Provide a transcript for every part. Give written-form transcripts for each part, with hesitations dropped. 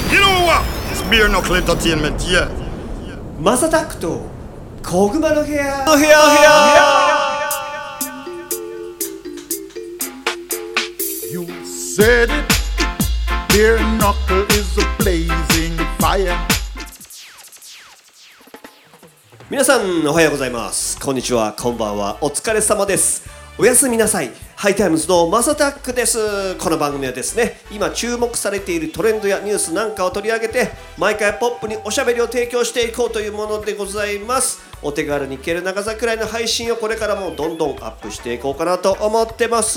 You know what? It's Beer Knuckle Entertainment, yeah. マサタックと小熊の部屋 You said it. Beer knuckle is a blazing fire. 皆さんおはようございます。こんにちは、こんばんは、お疲れ様です。おやすみなさい。ハイタイムズのマサタックです。この番組はですね、今注目されているトレンドやニュースなんかを取り上げて、毎回ポップにおしゃべりを提供していこうというものでございます。お手軽に聞ける長さくらいの配信をこれからもどんどんアップしていこうかなと思ってます。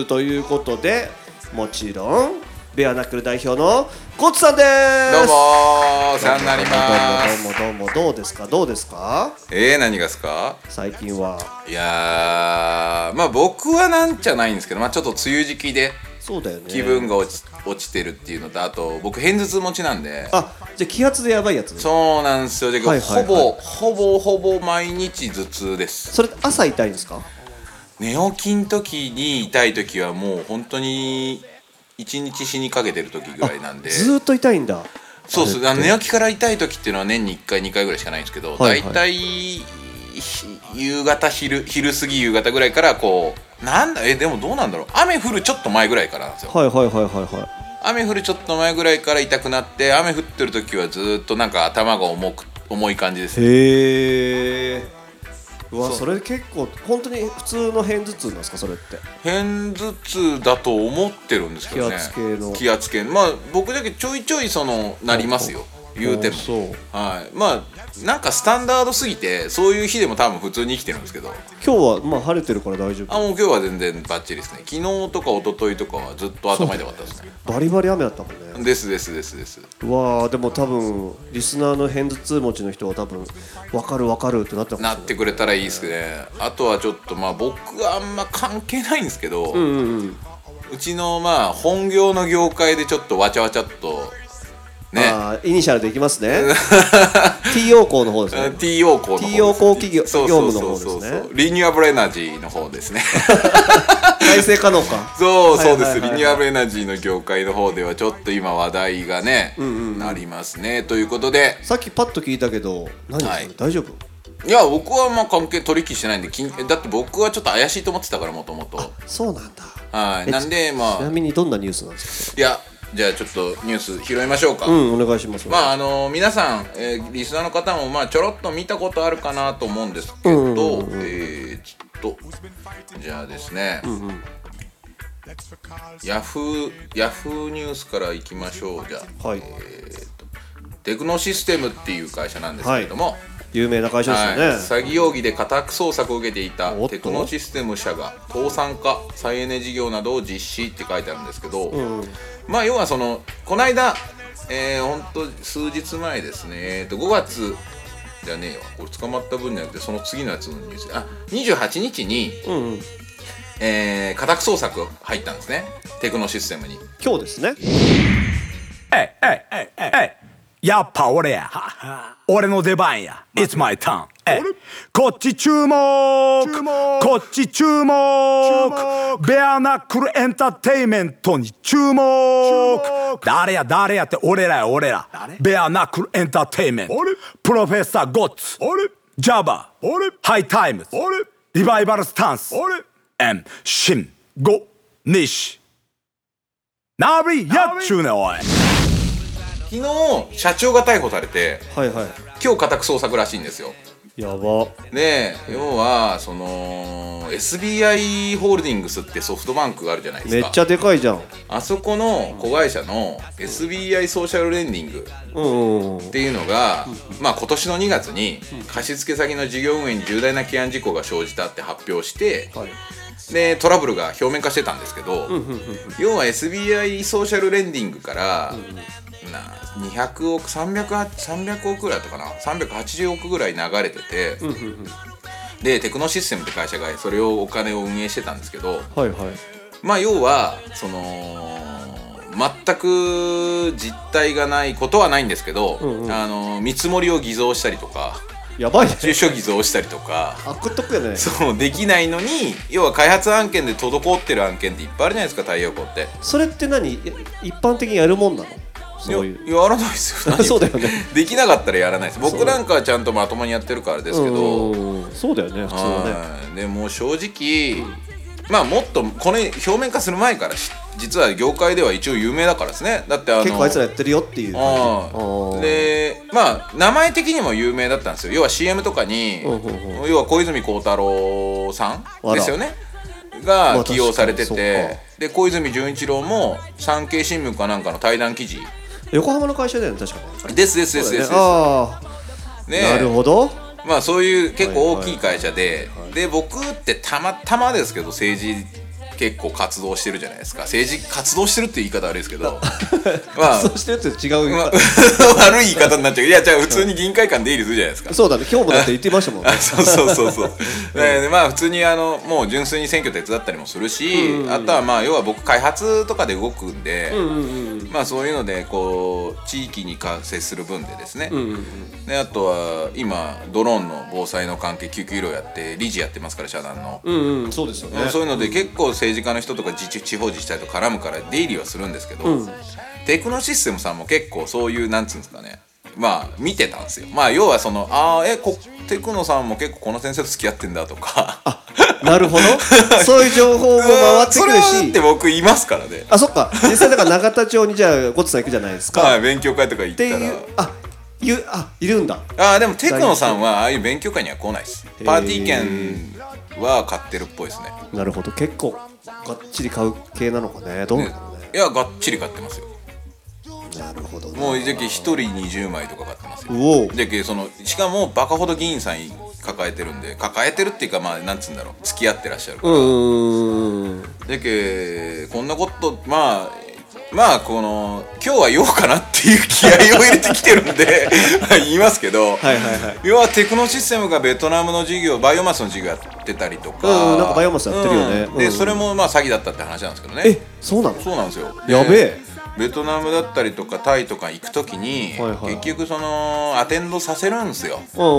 ということで、もちろんベアナックル代表のゴッツさんです。 どうもお世話になります。 どうもどうですか。 何がですか。 最近は。 いやまあ僕はなんじゃないんですけど、まあちょっと梅雨時期でそうだよね、 気分が落ちてるっていうのと、あと僕片頭痛持ちなんで。 あ、じゃあ気圧でやばいやつね。 そうなんですよ。で、ほぼ毎日頭痛です。 それ朝痛いんですか。 寝起きの時に痛い時はもう本当に1日死にかけてる時ぐらいなんで。 ずーっと痛いんだ。 そうそう、寝起きから痛い時っていうのは年に1回2回ぐらいしかないんですけど、だいたい夕方昼過ぎ夕方ぐらいからこうでもどうなんだろう、雨降るちょっと前ぐらいからなんですよ。雨降るちょっと前ぐらいから痛くなって、雨降ってる時はずっとなんか頭が重い感じですね。 へー。うわ、それ結構本当に普通の片頭痛なんですか、それって。 片頭痛だと思ってるんですけどね。気圧計。まあ僕だけちょいちょいなりますよ、言うても。はい。まあなんかスタンダードすぎて、そういう日でも多分普通に生きてるんですけど。 今日はまあ晴れてるから大丈夫。 もう今日は全然バッチリですね。昨日とか一昨日とかはずっと頭痛かったですね。 バリバリ雨だったもんね。 です。 うわー、でも多分リスナーの片頭痛持ちの人は多分分かるってなってますね。 なってくれたらいいですね。あとはちょっとまあ僕はあんま関係ないんですけど、うちのまあ本業の業界でちょっとわちゃわちゃっとね、 イニシャルでいきますね。TO 校の方ですね。 TO 校企業務の方ですね。 リニューアブルエナジーの方ですね。 再生可能か。 そうです。リニューアブルエナジーの業界の方ではちょっと今話題がね、なりますね。ということで、 さっきパッと聞いたけど、大丈夫？ いや、僕はまあ関係取引してないんで、だって僕はちょっと怪しいと思ってたから、もともと。 そうなんだ。 はい。なんでまあ、 ちなみにどんなニュースなんですか。 いや、じゃあちょっとニュース拾いましょうか。 お願いします。 まあ皆さん、リスナーの方もまあちょろっと見たことあるかなと思うんですけど、じゃあですね、ヤフーニュースからいきましょう。じゃあ、テクノシステムっていう会社なんですけれども、 有名な会社ですよね。 詐欺容疑で家宅捜索を受けていたテクノシステム社が倒産か再エネ事業などを実施って書いてあるんですけど、まあ要はこの間、ほんと数日前ですね、5月じゃねえよ、これ捕まった分じゃなくてその次のやつのニュースで、28日に、家宅捜索入ったんですね、テクノシステムに。 今日ですね。 やっぱ俺や、俺の出番や、It's my turn。こっち注目、こっち注目、ベアナックルエンターテイメントに注目。誰やって俺ら、ベアナックルエンターテイメント、プロフェッサーゴッツ、ジャバ、ハイタイムズ、リバイバルスタンス、シンゴニシナビやっちゅうねおい。 昨日社長が逮捕されて、 今日家宅捜索らしいんですよ。 やば。 で、要はSBI ホールディングスってソフトバンクがあるじゃないですか。 めっちゃでかいじゃん。 あそこの子会社の SBI ソーシャルレンディングっていうのが、まあ今年の2月に貸付先の事業運営に重大な起案事項が生じたって発表して、でトラブルが表面化してたんですけど、要は SBI ソーシャルレンディングから200億300億ぐらいだったかな、380億ぐらい流れてて、でテクノシステムって会社がそれをお金を運営してたんですけど、まあ要は全く実態がないことはないんですけど、見積もりを偽造したりとか、 やばいね。 住所偽造したりとか、 悪徳やね。 そうできないのに、要は開発案件で滞ってる案件っていっぱいあるじゃないですか、太陽光って。 それって一般的にやるもんなの？ そういうやらないですよそうだよねできなかったらやらないです。僕なんかはちゃんとまともにやってるからですけど、 そうだよね普通はね。 でも正直、まあもっとこれ表面化する前から実は業界では一応有名だからですね。だって結構あいつらやってるよっていう感じで、まあ名前的にも有名だったんですよ。要は CM とかに、要は小泉孝太郎さんですよねが起用されてて、で小泉純一郎も産経新聞かなんかの対談記事、 横浜の会社だよね確かに。 ですね。 なるほど。 まあそういう結構大きい会社で、で僕ってたまたまですけど政治結構活動してるじゃないですか。政治活動してるって言い方悪いですけどまあ活動してるって違う、 悪い言い方になっちゃう。いやじゃあ普通に議員会館出入りするじゃないですか。 そうだね、今日もだって言ってましたもんねそうでまあ普通にもう純粋に選挙手伝ったりもするし、あとはまあ要は僕開発とかで動くんで、まあそういうのでこう地域に接する分でですね、であとは今ドローンの防災の関係救急医療やって理事やってますから、社団のそうですよね。 そういうので結構政治家の人とか地方自治体と絡むから出入りはするんですけど、テクノシステムさんも結構そういうなんつうんですかね、まあ見てたんですよ。まあ要はそのテクノさんも結構この先生と付き合ってんだとかなるほどそういう情報も回ってくるし、 それはって僕いますからね。 あ、そっか、実際だから永田町にじゃあゴッツさん行くじゃないですかはい、勉強会とか行ったらいるんだ。 でもテクノさんはああいう勉強会には来ないです。パーティー券は買ってるっぽいですね。 なるほど、結構がっちり買う系なのかね。どうなのね。 いやがっちり買ってますよ。 なるほど、ね、 もうじゃけ1人20枚とか買ってますよ。じゃけしかもバカほど議員さん抱えてるんで、抱えてるっていうかまあなんつうんだろう、付き合ってらっしゃるから。じゃけこんなことまあこの今日は言おうかなっていう気合を入れてきてるんで言いますけど、要はテクノシステムがベトナムの事業、バイオマスの事業やってたりとか、 なんかバイオマスやってるよね。 でそれもまあ詐欺だったって話なんですけどね。 そうなの？ そうなんですよ。 やべえ。 ベトナムだったりとかタイとか行くときに、結局そのアテンドさせるんですよ。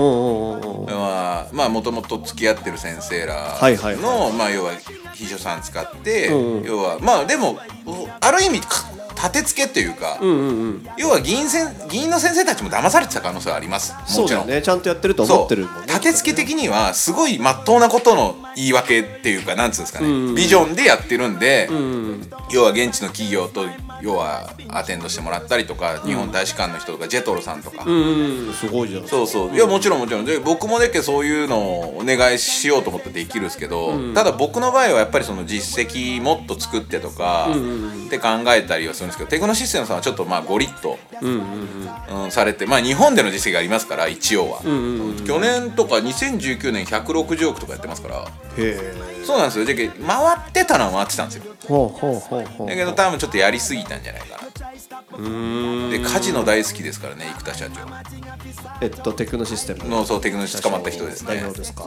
まあもともと付き合ってる先生らのまあ要は秘書さん使って、要はまあでもある意味立て付けっていうか、要は議員の先生たちも騙されてた可能性はあります。もちろんね、ちゃんとやってると思ってるもんね。 立て付け的にはすごい真っ当なことの言い訳っていうか、なんつうんですかね、ビジョンでやってるんで、要は現地の企業と要はアテンドしてもらったりとか、日本大使館の人とかジェトロさんとか、 すごいじゃん。 いやもちろんで僕もそういうのをお願いしようと思ってできるんですけど、ただ僕の場合はやっぱりその実績もっと作ってとかって考えたりはするんですけど、テクノシステムさんはちょっとまあゴリッとされて、まあ日本での実績がありますから一応は、去年とか2019年160億とかやってますから。そうなんですよ。じゃけ回ってたのは回ってたんですよ。だけど多分ちょっとやりすぎたんじゃないかな。でカジノ大好きですからね、生田社長。 テクノシステムのテクノシステム捕まった人ですね。 代表ですか。 はい。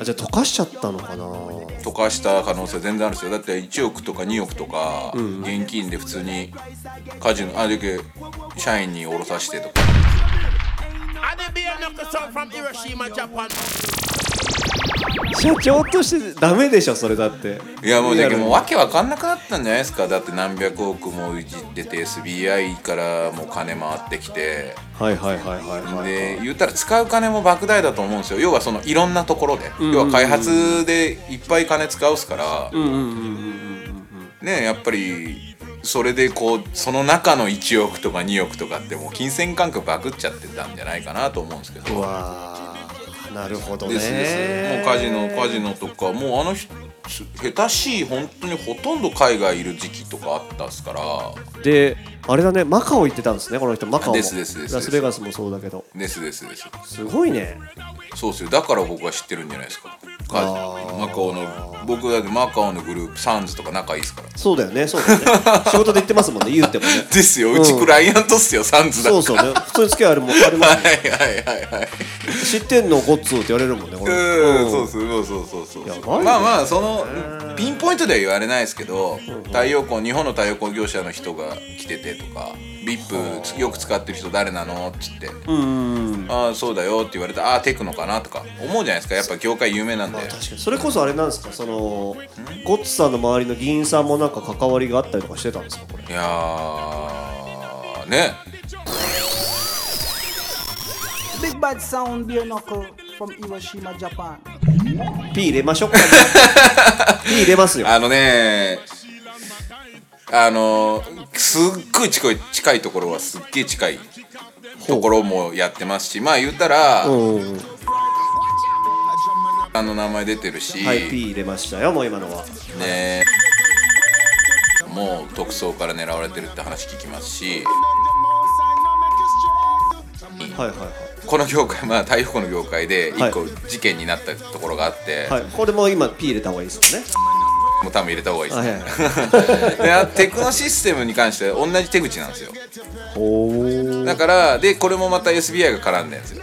じゃあ溶かしちゃったのかな。 溶かした可能性全然あるんですよ。だって1億とか2億とか現金で普通にカジノ社員に下ろさせてとか。 社長としてダメでしょそれ。だっていやもうわけわかんなくなったんじゃないですか。だって何百億もいじってて SBI からもう金回ってきて、で言ったら使う金も莫大だと思うんですよ。要はそのいろんなところで、要は開発でいっぱい金使うっすからね。やっぱりそれでこうその中の1億とか2億とかってもう金銭感覚バグっちゃってたんじゃないかなと思うんですけど。 なるほどね。 もうカジノとかもう下手しい本当にほとんど海外いる時期とかあったっすから。 であれだね、マカオ行ってたんですねこの人。マカオもですラスベガスもそうだけど。 すごいね。 そうっすよ。だから僕は知ってるんじゃないですか。マカオの僕だってマカオのグループサンズとか仲いいですから。 そうだよね仕事で行ってますもんね言ってもね。 ですよ、うちクライアントっすよ、サンズだから。 そうね、普通に付き合いありますね。知ってんのゴッツーって言われるもんね。そうまあそのピンポイントでは言われないですけど、日本の太陽光業者の人が来ててとか、VIP よく使ってる人誰なのっつって、ああそうだよって言われたら、ああテクノかなとか思うじゃないですか。やっぱ業界有名なんで。 確かにそれこそあれなんですか、そのゴッツさんの周りの議員さんもなんか関わりがあったりとかしてたんですかこれ。 いやね。 Big Bad Sound Beer Knuckle from Hiroshima, Japan. P 入れましょうかね。P 入れますよ。 すっごい近いところはすっげえ近いところもやってますし、まあ言ったら名前出てるし、 はい、P 入れましたよ、もう今のはね。もう特捜から狙われてるって話聞きますし、 はいはいはい、 この業界、まあ太陽光の業界で一個事件になったところがあって、 はい、これも今 P 入れた方がいいですよね。 もう多分入れた方がいいですね。でテクノシステムに関しては同じ手口なんですよ。だからでこれもまた SBI が絡んでるんですよ。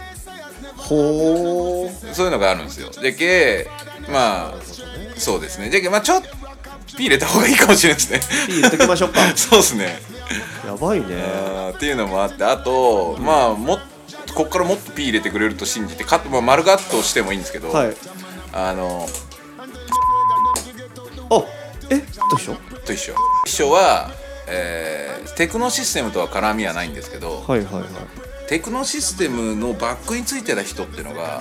そういうのがあるんですよ。でまあそうですね。でまあちょっと P 入れた方がいいかもしれないですね。 P 入れときましょうか。 そうですね。 やばいね。 っていうのもあって、あと、まあこっからもっと P 入れてくれると信じてまあ、丸カットしてもいいんですけど、 はい、 一緒は、テクノシステムとは絡みはないんですけど、 はいはいはい、 テクノシステムのバックについてた人っていうのが、はい、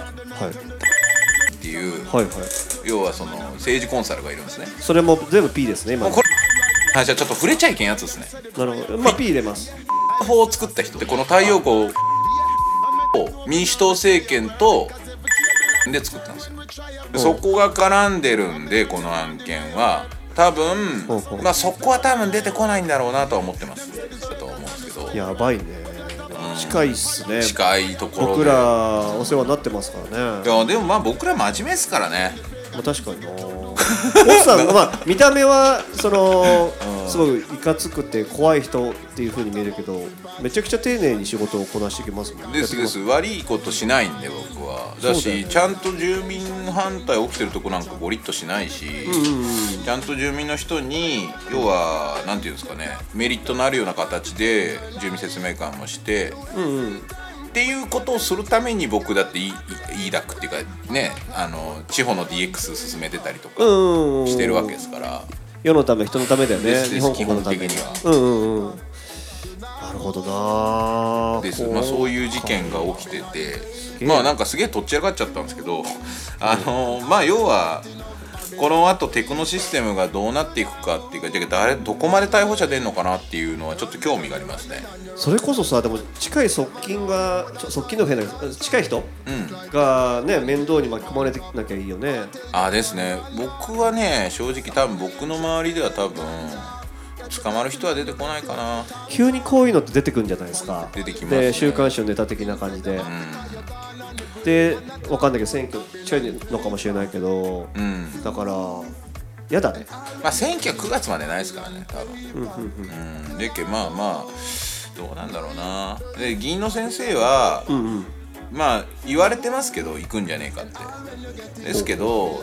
っていう、はいはい、要はその政治コンサルがいるんですね。 それも全部 P ですね今の。 これじゃあちょっと触れちゃいけんやつですね。 なるほど、まあ P 入れます。 法を作った人で、この太陽光を民主党政権とで作ったんですよ。でそこが絡んでるんで、この案件は多分まあそこは多分出てこないんだろうなとは思ってますだと思うんですけど。 やばいね。近いっすね。 近いところで僕らお世話になってますからね。 いやでもまあ僕ら真面目ですからね。 まあ、確かにな。奥さん、まあ見た目はそのすごいいかつくて怖い人っていう風に見えるけど、めちゃくちゃ丁寧に仕事をこなしていきますもんね。 です悪いことしないんで僕は。だしちゃんと住民反対起きてるとこなんかゴリッとしないし、ちゃんと住民の人に要はなんていうんですかね、メリットのあるような形で住民説明会もして、っていうことをするために僕だって EDAC っていうかね、地方の DX 進めてたりとかしてるわけですから。 世のため人のためだよね。日本基本的には。 なるほどな。 です。まあそういう事件が起きてて、まあなんかすげえとっちらかっちゃったんですけど、まあ要はこの後テクノシステムがどうなっていくかっていうか、じゃどこまで逮捕者出るのかなっていうのはちょっと興味がありますね。 それこそさ、でも近い側近の変な近い人がね、面倒に巻き込まれてなきゃいいよね。 ですね。僕はね正直多分僕の周りでは多分捕まる人は出てこないかな。 急にこういうのって出てくるんじゃないですか。 出てきますね。 で週刊誌のネタ的な感じで、で分かんないけど選挙近いのかもしれないけど、だからやだね。 まあ選挙9月までないですからね多分。でまあどうなんだろうな。で議員の先生は、まあ言われてますけど行くんじゃねえかってですけど、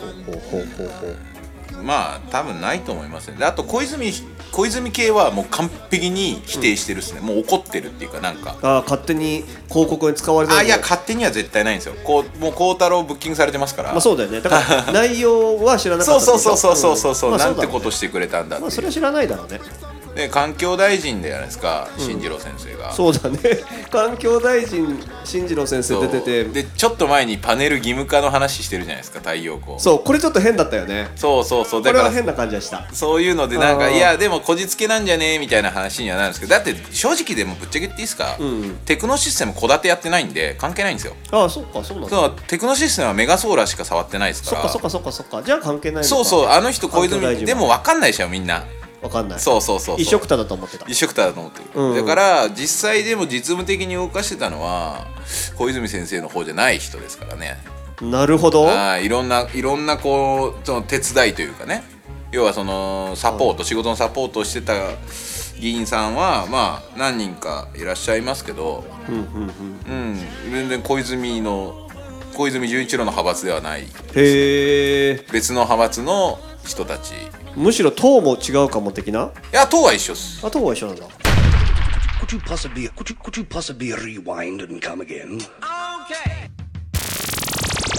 まあ多分ないと思いますね。であと小泉系はもう完璧に否定してるっすね。もう怒ってるっていうか、なんか勝手に広告に使われてる。 いや勝手には絶対ないんですよ。もう孝太郎ブッキングされてますから。 まあそうだよね。だから内容は知らなかったんでしょ。 そうなんてことしてくれたんだって。 まあそれは知らないだろうね。 で環境大臣でじゃないですか、進次郎先生が。 そうだね。環境大臣進次郎先生出てて、 でちょっと前にパネル義務化の話してるじゃないですか、太陽光。 そう、これちょっと変だったよね。 そうだからこれは変な感じでした。 そういうのでなんかいやでもこじつけなんじゃねえみたいな話にはなるんですけど、だって正直でもぶっちゃけ言っていいですか、テクノシステム戸建てやってないんで関係ないんですよ。 そうかそうなんだ。 そう、テクノシステムはメガソーラーしか触ってないですから。 そっかじゃあ関係ないのか。 そうあの人小泉でも分かんないでしょみんな。 分かんない。 そう一緒くただと思ってた。 一緒くただと思ってる、だから実際でも実務的に動かしてたのは小泉先生の方じゃない人ですからね。 なるほど。 いろんなこうその手伝いというかね、要はそのサポート、仕事のサポートをしてた議員さんはまあ何人かいらっしゃいますけど、全然小泉純一郎の派閥ではない。別の派閥の人たち。 むしろ党も違うかも的な。 いや党は一緒っす。 党は一緒なんだ。 Could you possibly rewind and come again? Okay.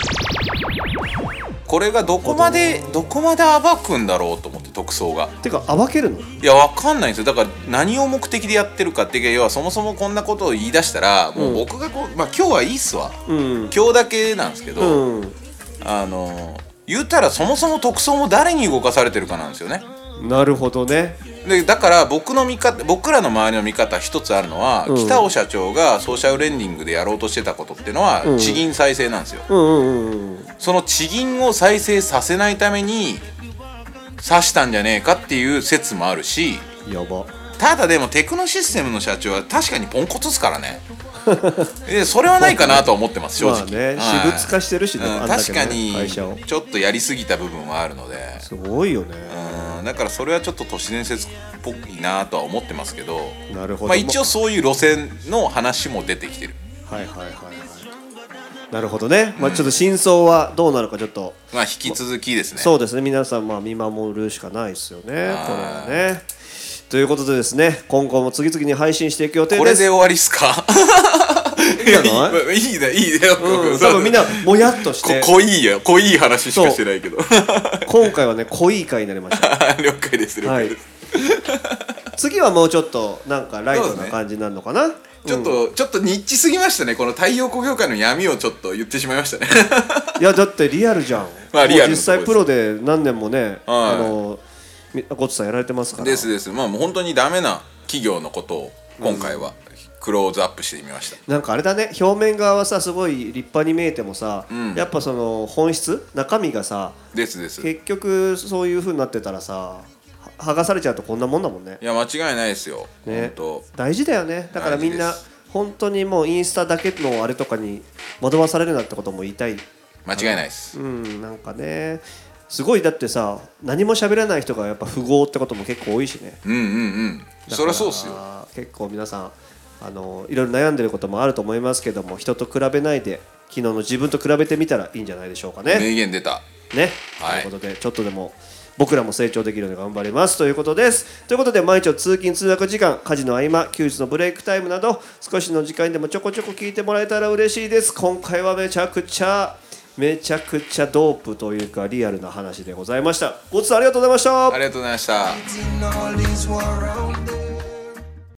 これがどこまで暴くんだろうと思って、特捜が。 てか暴けるの？ いや、わかんないんですよ。だから何を目的でやってるかっていうか、要はそもそもこんなことを言い出したら、もう僕がまあ今日はいいっすわ、今日だけなんですけど、言うたらそもそも特捜も誰に動かされてるかなんですよね。 なるほどね。 でだから僕らの周りの見方一つあるのは、北尾社長がソーシャルレンディングでやろうとしてたことっていうのは、地銀再生なんですよ。その地銀を再生させないために刺したんじゃねえかっていう説もあるし、 やば。 ただでもテクノシステムの社長は確かにポンコツですからね。それはないかなと思ってます、正直。 まあね、私物化してるしね、 確かにちょっとやりすぎた部分はあるので、 すごいよね。 だからそれはちょっと都市伝説っぽいなとは思ってますけど、 なるほど。 まあ一応そういう路線の話も出てきてる。 はいはいはいはい。なるほどね。まあちょっと真相はどうなるかちょっと、 まあ引き続きですね。 そうですね。皆さんまあ見守るしかないですよね。これはね。ということでですね、今後も次々に配信していく予定です。 これで終わりっすか？ いいじゃない？ いいねよ。 多分みんなもやっとして濃い話しかしてないけど今回はね濃い回になりました。 了解です。 次はもうちょっとなんかライトな感じになるのかな。 ちょっとニッチすぎましたね。この太陽光業界の闇をちょっと言ってしまいましたね。 いやだってリアルじゃん。 まあリアル。 実際プロで何年もね、ゴッツさんやられてますから。 です。まあもう本当にダメな企業のことを今回はクローズアップしてみました。 なんかあれだね、表面側はさすごい立派に見えてもさ、やっぱその本質中身がさ、結局そういう風になってたらさ、剥がされちゃうとこんなもんだもんね。 いや間違いないですよ、 ね、大事だよね。だからみんな本当にもうインスタだけのあれとかに惑わされるなってことも言いたい。 間違いないです。 なんかね、すごい。だってさ、何も喋らない人がやっぱ富豪ってことも結構多いしね。 そりゃそうっすよ。 結構皆さんいろいろ悩んでることもあると思いますけども、人と比べないで昨日の自分と比べてみたらいいんじゃないでしょうかね。 名言出たね、ということでちょっとでも僕らも成長できるように頑張りますということです。ということで毎日通勤通学時間、家事の合間、休日のブレイクタイムなど少しの時間でもちょこちょこ聞いてもらえたら嬉しいです。今回はめちゃくちゃドープというかリアルな話でございました。ごちそうありがとうございました。 ありがとうございました。